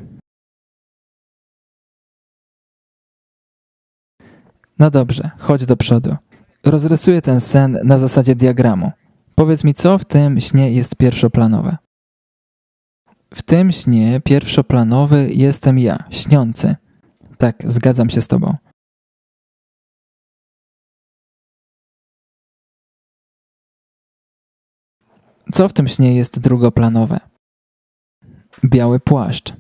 No dobrze, chodź do przodu. Rozrysuję ten sen na zasadzie diagramu. Powiedz mi, co w tym śnie jest pierwszoplanowe. W tym śnie pierwszoplanowy jestem ja, śniący. Tak, zgadzam się z tobą. Co w tym śnie jest drugoplanowe? Biały płaszcz.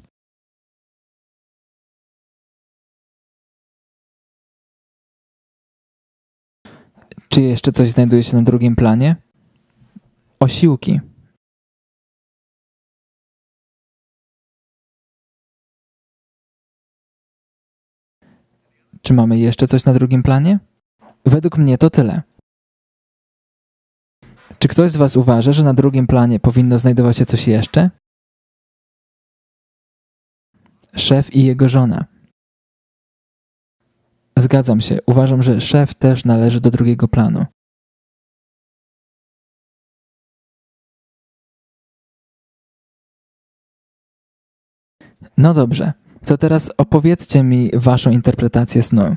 Czy jeszcze coś znajduje się na drugim planie? Osiłki. Czy mamy jeszcze coś na drugim planie? Według mnie to tyle. Czy ktoś z was uważa, że na drugim planie powinno znajdować się coś jeszcze? szef i jego żona. Zgadzam się. Uważam, że szef też należy do drugiego planu. No dobrze. To teraz opowiedzcie mi waszą interpretację snu.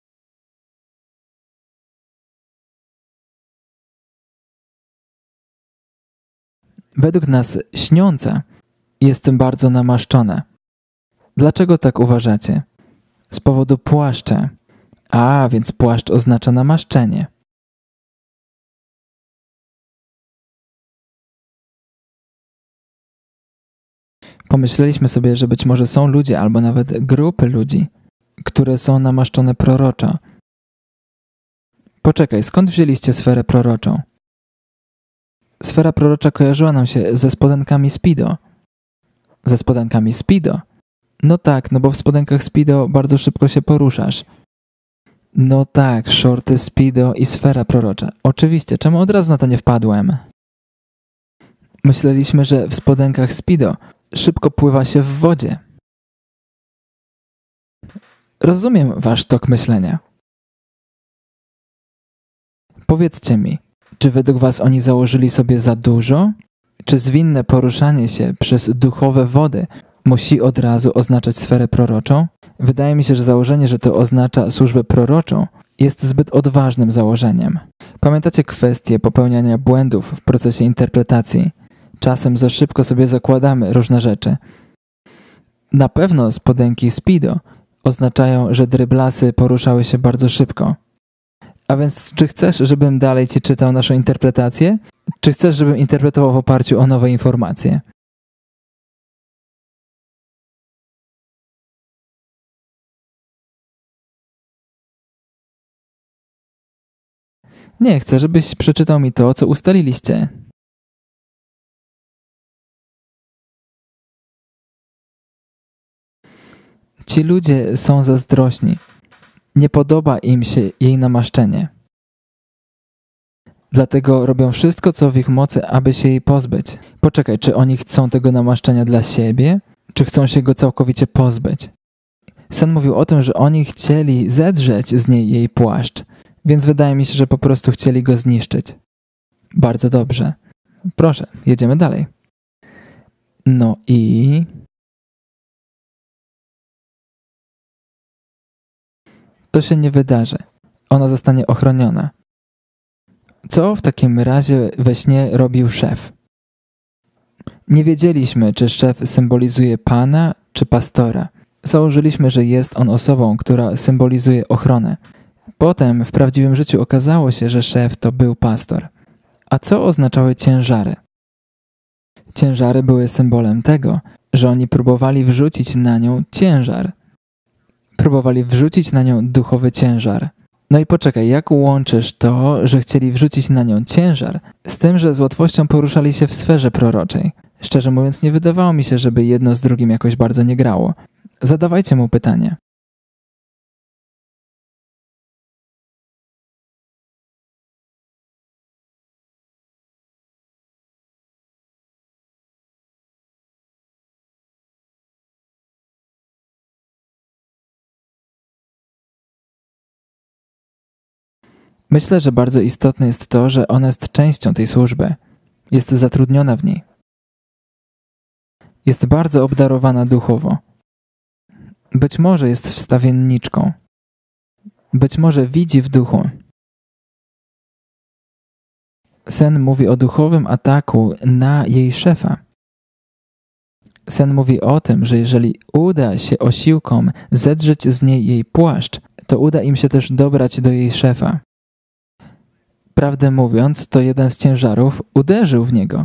Według nas śniąca jest bardzo namaszczona. Dlaczego tak uważacie? Z powodu płaszcza. A, więc płaszcz oznacza namaszczenie. Pomyśleliśmy sobie, że być może są ludzie albo nawet grupy ludzi, które są namaszczone proroczo. Poczekaj, skąd wzięliście sferę proroczą? Sfera prorocza kojarzyła nam się ze spodenkami Speedo. Ze spodenkami Speedo? No tak, no bo w spodenkach Speedo bardzo szybko się poruszasz. No tak, shorty Speedo i sfera prorocza. Oczywiście, czemu od razu na to nie wpadłem? Myśleliśmy, że w spodenkach Speedo szybko pływa się w wodzie. Rozumiem wasz tok myślenia. Powiedzcie mi, czy według was oni założyli sobie za dużo? Czy zwinne poruszanie się przez duchowe wody musi od razu oznaczać sferę proroczą? Wydaje mi się, że założenie, że to oznacza służbę proroczą, jest zbyt odważnym założeniem. Pamiętacie kwestię popełniania błędów w procesie interpretacji? Czasem za szybko sobie zakładamy różne rzeczy. Na pewno spodenki Speedo oznaczają, że dryblasy poruszały się bardzo szybko. A więc czy chcesz, żebym dalej ci czytał naszą interpretację? Czy chcesz, żebym interpretował w oparciu o nowe informacje? Nie, chcę, żebyś przeczytał mi to, co ustaliliście. Ci ludzie są zazdrośni. Nie podoba im się jej namaszczenie. Dlatego robią wszystko, co w ich mocy, aby się jej pozbyć. Poczekaj, czy oni chcą tego namaszczenia dla siebie, czy chcą się go całkowicie pozbyć? Sen mówił o tym, że oni chcieli zedrzeć z niej jej płaszcz, więc wydaje mi się, że po prostu chcieli go zniszczyć. Bardzo dobrze. Proszę, jedziemy dalej. No i... To się nie wydarzy. Ona zostanie ochroniona. Co w takim razie we śnie robił szef? Nie wiedzieliśmy, czy szef symbolizuje pana, czy pastora. Założyliśmy, że jest on osobą, która symbolizuje ochronę. Potem w prawdziwym życiu okazało się, że szef to był pastor. A co oznaczały ciężary? Ciężary były symbolem tego, że oni próbowali wrzucić na nią ciężar. Próbowali wrzucić na nią duchowy ciężar. No i poczekaj, jak łączysz to, że chcieli wrzucić na nią ciężar, z tym, że z łatwością poruszali się w sferze proroczej? Szczerze mówiąc, nie wydawało mi się, żeby jedno z drugim jakoś bardzo nie grało. Zadawajcie mu pytanie. Myślę, że bardzo istotne jest to, że ona jest częścią tej służby. Jest zatrudniona w niej. Jest bardzo obdarowana duchowo. Być może jest wstawienniczką. Być może widzi w duchu. Sen mówi o duchowym ataku na jej szefa. Sen mówi o tym, że jeżeli uda się osiłkom zedrzeć z niej jej płaszcz, to uda im się też dobrać do jej szefa. Prawdę mówiąc, to jeden z ciężarów uderzył w niego.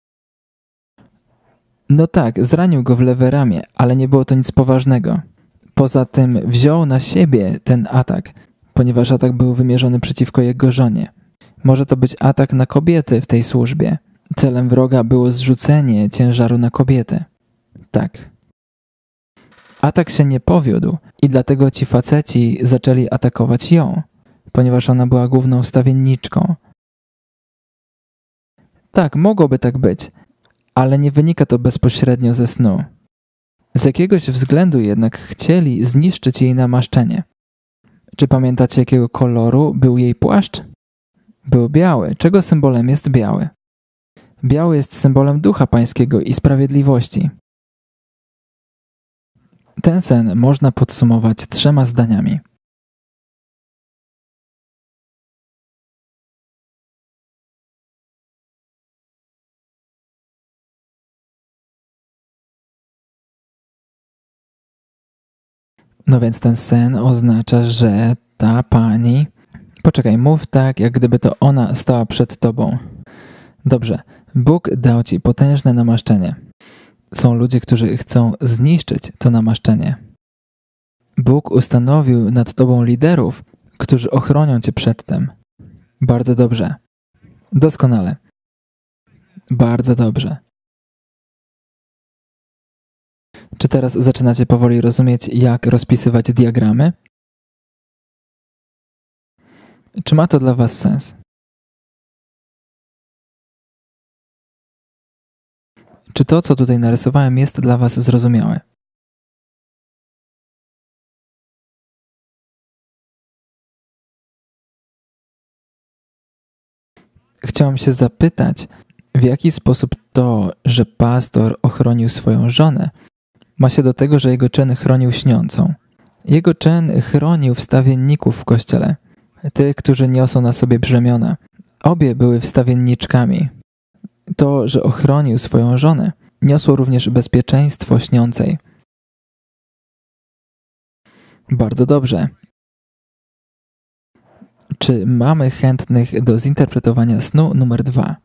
No tak, zranił go w lewe ramię, ale nie było to nic poważnego. Poza tym wziął na siebie ten atak, ponieważ atak był wymierzony przeciwko jego żonie. Może to być atak na kobiety w tej służbie. Celem wroga było zrzucenie ciężaru na kobietę. Tak. Atak się nie powiódł i dlatego ci faceci zaczęli atakować ją, ponieważ ona była główną wstawienniczką. Tak, mogłoby tak być, ale nie wynika to bezpośrednio ze snu. Z jakiegoś względu jednak chcieli zniszczyć jej namaszczenie. Czy pamiętacie, jakiego koloru był jej płaszcz? Był biały, czego symbolem jest biały. Biały jest symbolem Ducha Pańskiego i sprawiedliwości. Ten sen można podsumować 3 zdaniami. No więc ten sen oznacza, że ta pani... Poczekaj, mów tak, jak gdyby to ona stała przed tobą. Dobrze, Bóg dał ci potężne namaszczenie. Są ludzie, którzy chcą zniszczyć to namaszczenie. Bóg ustanowił nad tobą liderów, którzy ochronią cię przed tym. Bardzo dobrze. Doskonale. Bardzo dobrze. Czy teraz zaczynacie powoli rozumieć, jak rozpisywać diagramy? Czy ma to dla was sens? Czy to, co tutaj narysowałem, jest dla was zrozumiałe? Chciałam się zapytać, w jaki sposób to, że pastor ochronił swoją żonę, ma się do tego, że jego czyn chronił śniącą. Jego czyn chronił wstawienników w kościele, tych, którzy niosą na sobie brzemiona. Obie były wstawienniczkami. To, że ochronił swoją żonę, niosło również bezpieczeństwo śniącej. Bardzo dobrze. Czy mamy chętnych do zinterpretowania snu numer 2?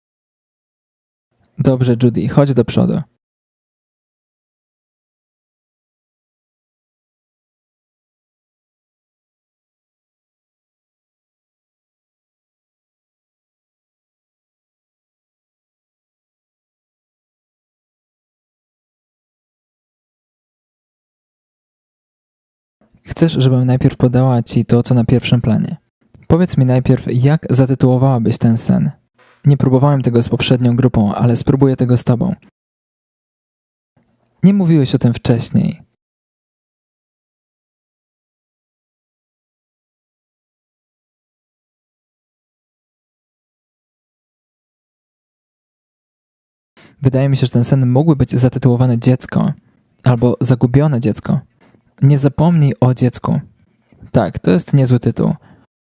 Dobrze, Judy, chodź do przodu. Chcesz, żebym najpierw podała ci to, co na pierwszym planie? Powiedz mi najpierw, jak zatytułowałabyś ten sen? Nie próbowałem tego z poprzednią grupą, ale spróbuję tego z tobą. Nie mówiłeś o tym wcześniej. Wydaje mi się, że ten sen mógłby być zatytułowany Dziecko albo Zagubione dziecko. Nie zapomnij o dziecku. Tak, to jest niezły tytuł.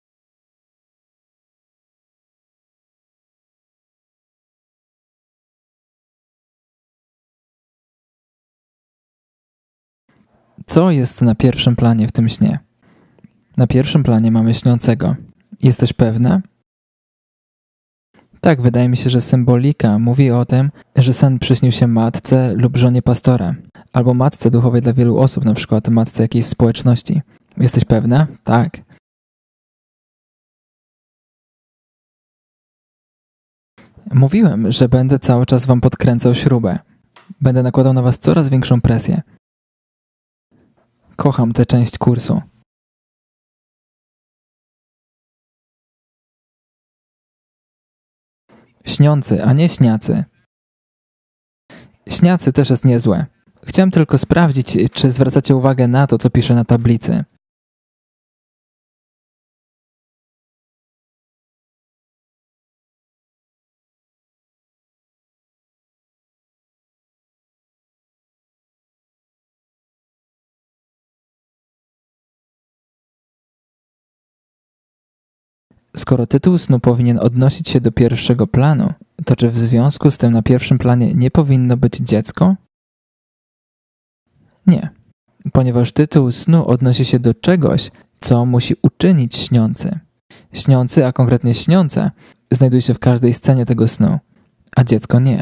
Co jest na pierwszym planie w tym śnie? Na pierwszym planie mamy śniącego. Jesteś pewna? Tak, wydaje mi się, że symbolika mówi o tym, że sen przyśnił się matce lub żonie pastora, albo matce duchowej dla wielu osób, na przykład matce jakiejś społeczności. Jesteś pewna? Tak. Mówiłem, że będę cały czas wam podkręcał śrubę. Będę nakładał na was coraz większą presję. Kocham tę część kursu. Śniący, a nie śniacy. Śniacy też jest niezłe. Chciałem tylko sprawdzić, czy zwracacie uwagę na to, co piszę na tablicy. Skoro tytuł snu powinien odnosić się do pierwszego planu, to czy w związku z tym na pierwszym planie nie powinno być dziecko? Nie, ponieważ tytuł snu odnosi się do czegoś, co musi uczynić śniący. Śniący, a konkretnie śniąca, znajduje się w każdej scenie tego snu, a dziecko nie.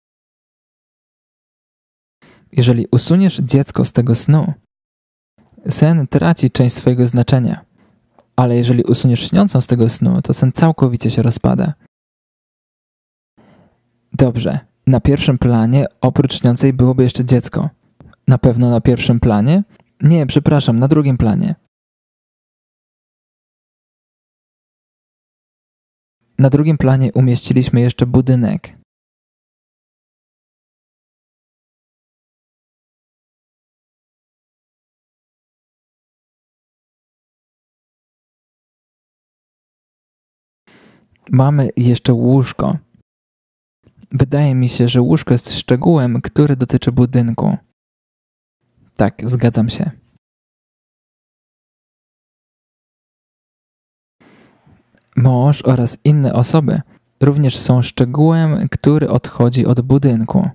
Jeżeli usuniesz dziecko z tego snu, sen traci część swojego znaczenia. Ale jeżeli usuniesz śniącą z tego snu, to sen całkowicie się rozpada. Dobrze, na pierwszym planie oprócz śniącej byłoby jeszcze dziecko. Na pewno na pierwszym planie? Nie, przepraszam, na drugim planie. Na drugim planie umieściliśmy jeszcze budynek. Mamy jeszcze łóżko. Wydaje mi się, że łóżko jest szczegółem, który dotyczy budynku. Tak, zgadzam się. Mąż oraz inne osoby również są szczegółem, który odchodzi od budynku.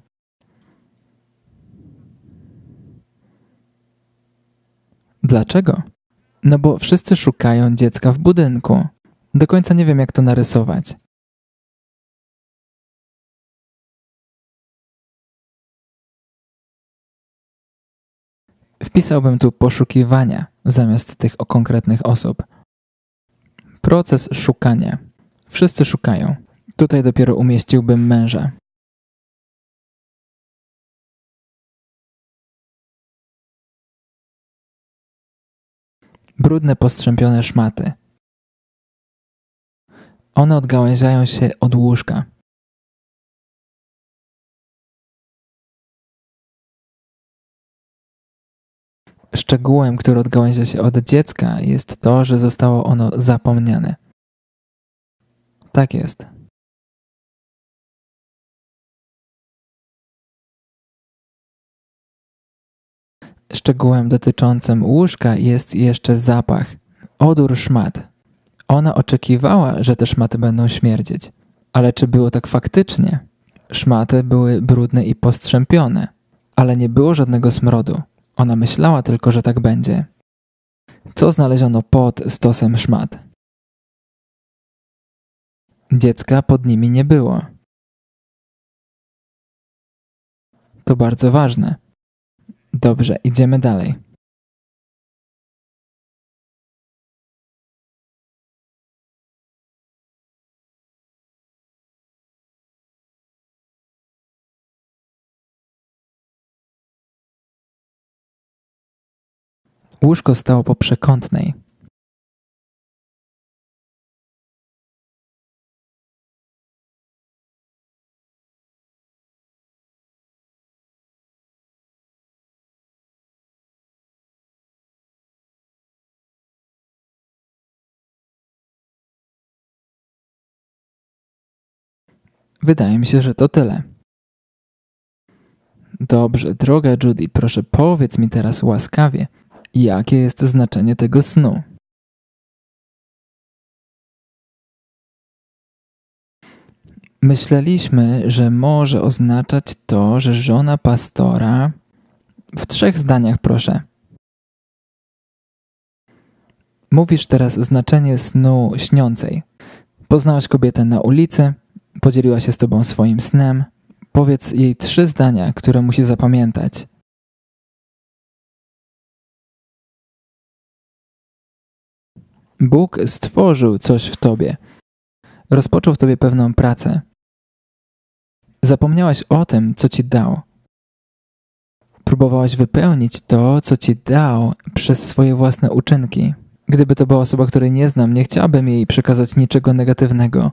Dlaczego? No bo wszyscy szukają dziecka w budynku. Do końca nie wiem, jak to narysować. Wpisałbym tu poszukiwania zamiast tych konkretnych osób. Proces szukania. Wszyscy szukają. Tutaj dopiero umieściłbym męża. Brudne, postrzępione szmaty. One odgałęziają się od łóżka. Szczegółem, który odgałęzia się od dziecka, jest to, że zostało ono zapomniane. Tak jest. Szczegółem dotyczącym łóżka jest jeszcze zapach, odór szmat. Ona oczekiwała, że te szmaty będą śmierdzieć. Ale czy było tak faktycznie? Szmaty były brudne i postrzępione, ale nie było żadnego smrodu. Ona myślała tylko, że tak będzie. Co znaleziono pod stosem szmat? Dziecka pod nimi nie było. To bardzo ważne. Dobrze, idziemy dalej. Łóżko stało po przekątnej. Wydaje mi się, że to tyle. Dobrze, droga Judy, proszę powiedz mi teraz łaskawie, jakie jest znaczenie tego snu? Myśleliśmy, że może oznaczać to, że żona pastora... W 3 zdaniach, proszę. Mówisz teraz znaczenie snu śniącej. Poznałaś kobietę na ulicy, podzieliła się z tobą swoim snem. Powiedz jej 3 zdania, które musi zapamiętać. Bóg stworzył coś w tobie. Rozpoczął w tobie pewną pracę. Zapomniałaś o tym, co ci dał. Próbowałaś wypełnić to, co ci dał, przez swoje własne uczynki. Gdyby to była osoba, której nie znam, nie chciałabym jej przekazać niczego negatywnego.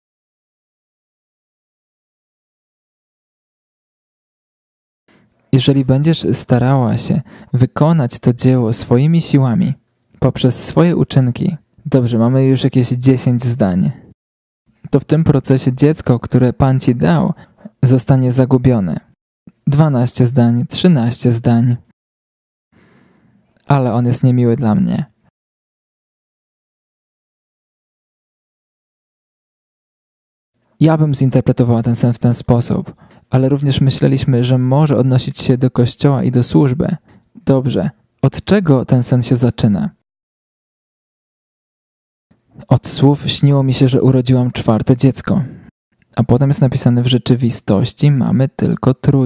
Jeżeli będziesz starała się wykonać to dzieło swoimi siłami, poprzez swoje uczynki, dobrze, mamy już jakieś 10 zdań, to w tym procesie dziecko, które Pan ci dał, zostanie zagubione. 12 zdań, 13 zdań. Ale on jest niemiły dla mnie. Ja bym zinterpretowała ten sen w ten sposób, ale również myśleliśmy, że może odnosić się do kościoła i do służby. Dobrze, od czego ten sen się zaczyna? Od słów śniło mi się, że urodziłam 4 dziecko. A potem jest napisane w rzeczywistości mamy tylko 3.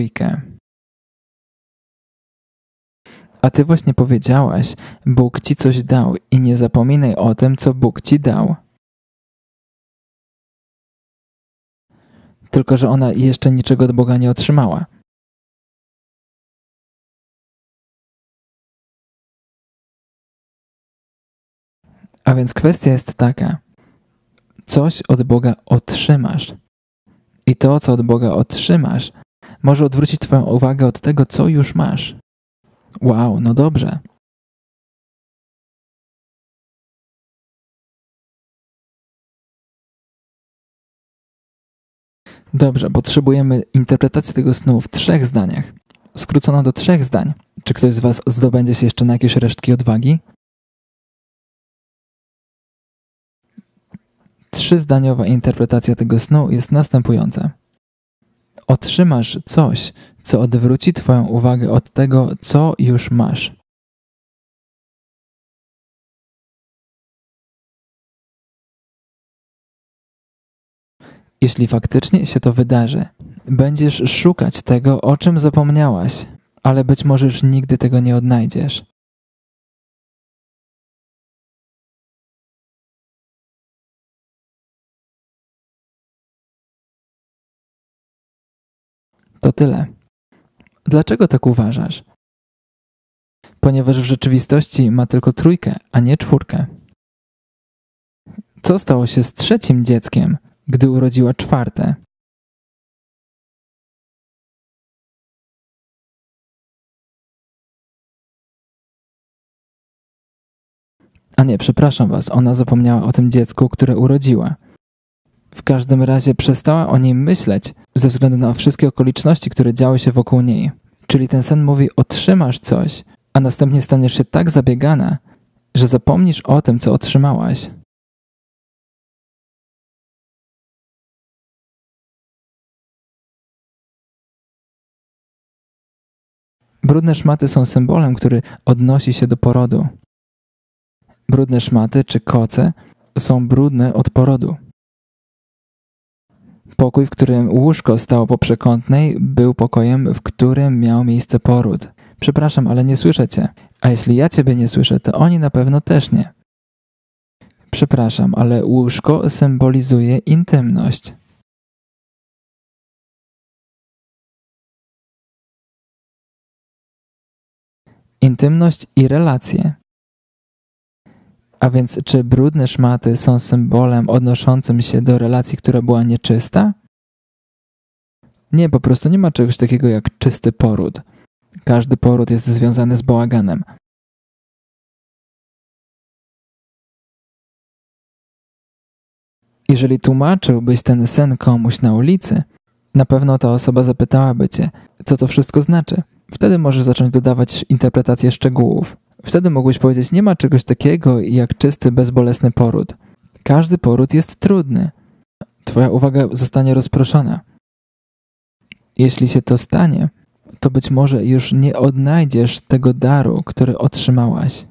A ty właśnie powiedziałaś, Bóg ci coś dał i nie zapominaj o tym, co Bóg ci dał. Tylko że ona jeszcze niczego od Boga nie otrzymała. A więc kwestia jest taka. Coś od Boga otrzymasz. I to, co od Boga otrzymasz, może odwrócić twoją uwagę od tego, co już masz. Wow, no dobrze. Dobrze, potrzebujemy interpretacji tego snu w 3 zdaniach. Skróconą do 3 zdań. Czy ktoś z Was zdobędzie się jeszcze na jakieś resztki odwagi? 3-zdaniowa interpretacja tego snu jest następująca. Otrzymasz coś, co odwróci Twoją uwagę od tego, co już masz. Jeśli faktycznie się to wydarzy, będziesz szukać tego, o czym zapomniałaś, ale być może już nigdy tego nie odnajdziesz. To tyle. Dlaczego tak uważasz? Ponieważ w rzeczywistości ma tylko 3, a nie 4. Co stało się z 3 dzieckiem, gdy urodziła 4? A nie, przepraszam Was, ona zapomniała o tym dziecku, które urodziła. W każdym razie przestała o nim myśleć ze względu na wszystkie okoliczności, które działy się wokół niej. Czyli ten sen mówi, otrzymasz coś, a następnie staniesz się tak zabiegana, że zapomnisz o tym, co otrzymałaś. Brudne szmaty są symbolem, który odnosi się do porodu. Brudne szmaty czy koce są brudne od porodu. Pokój, w którym łóżko stało po przekątnej, był pokojem, w którym miał miejsce poród. Przepraszam, ale nie słyszę Cię. A jeśli ja Ciebie nie słyszę, to oni na pewno też nie. Przepraszam, ale łóżko symbolizuje intymność. Intymność i relacje. A więc czy brudne szmaty są symbolem odnoszącym się do relacji, która była nieczysta? Nie, po prostu nie ma czegoś takiego jak czysty poród. Każdy poród jest związany z bałaganem. Jeżeli tłumaczyłbyś ten sen komuś na ulicy, na pewno ta osoba zapytałaby Cię, co to wszystko znaczy. Wtedy możesz zacząć dodawać interpretację szczegółów. Wtedy mógłbyś powiedzieć, nie ma czegoś takiego jak czysty, bezbolesny poród. Każdy poród jest trudny. Twoja uwaga zostanie rozproszona. Jeśli się to stanie, to być może już nie odnajdziesz tego daru, który otrzymałaś.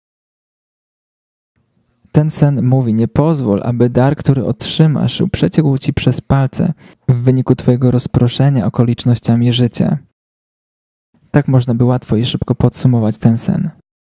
Ten sen mówi, nie pozwól, aby dar, który otrzymasz, przeciekł Ci przez palce w wyniku Twojego rozproszenia okolicznościami życia. Tak można by łatwo i szybko podsumować ten sen.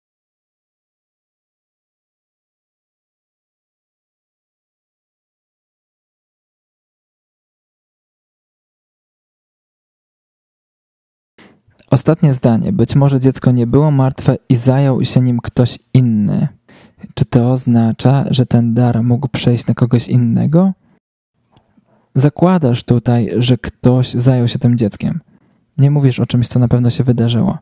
Ostatnie zdanie. Być może dziecko nie było martwe i zajął się nim ktoś inny. Czy to oznacza, że ten dar mógł przejść na kogoś innego? Zakładasz tutaj, że ktoś zajął się tym dzieckiem. Nie mówisz o czymś, co na pewno się wydarzyło.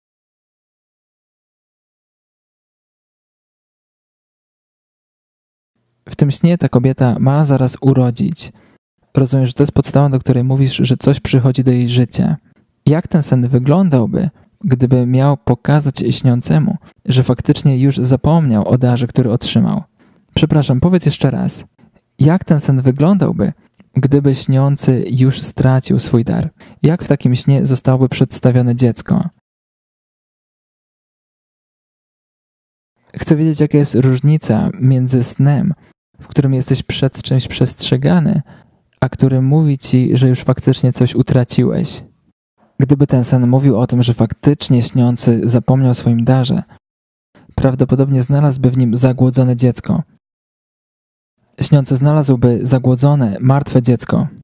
W tym śnie ta kobieta ma zaraz urodzić. Rozumiesz, że to jest podstawa, do której mówisz, że coś przychodzi do jej życia. Jak ten sen wyglądałby, gdyby miał pokazać śniącemu, że faktycznie już zapomniał o darze, który otrzymał? Przepraszam, powiedz jeszcze raz. Jak ten sen wyglądałby, gdyby śniący już stracił swój dar? Jak w takim śnie zostałoby przedstawione dziecko? Chcę wiedzieć, jaka jest różnica między snem, w którym jesteś przed czymś przestrzegany, a który mówi ci, że już faktycznie coś utraciłeś. Gdyby ten sen mówił o tym, że faktycznie śniący zapomniał o swoim darze, prawdopodobnie znalazłby w nim zagłodzone dziecko. Śniący znalazłby zagłodzone, martwe dziecko.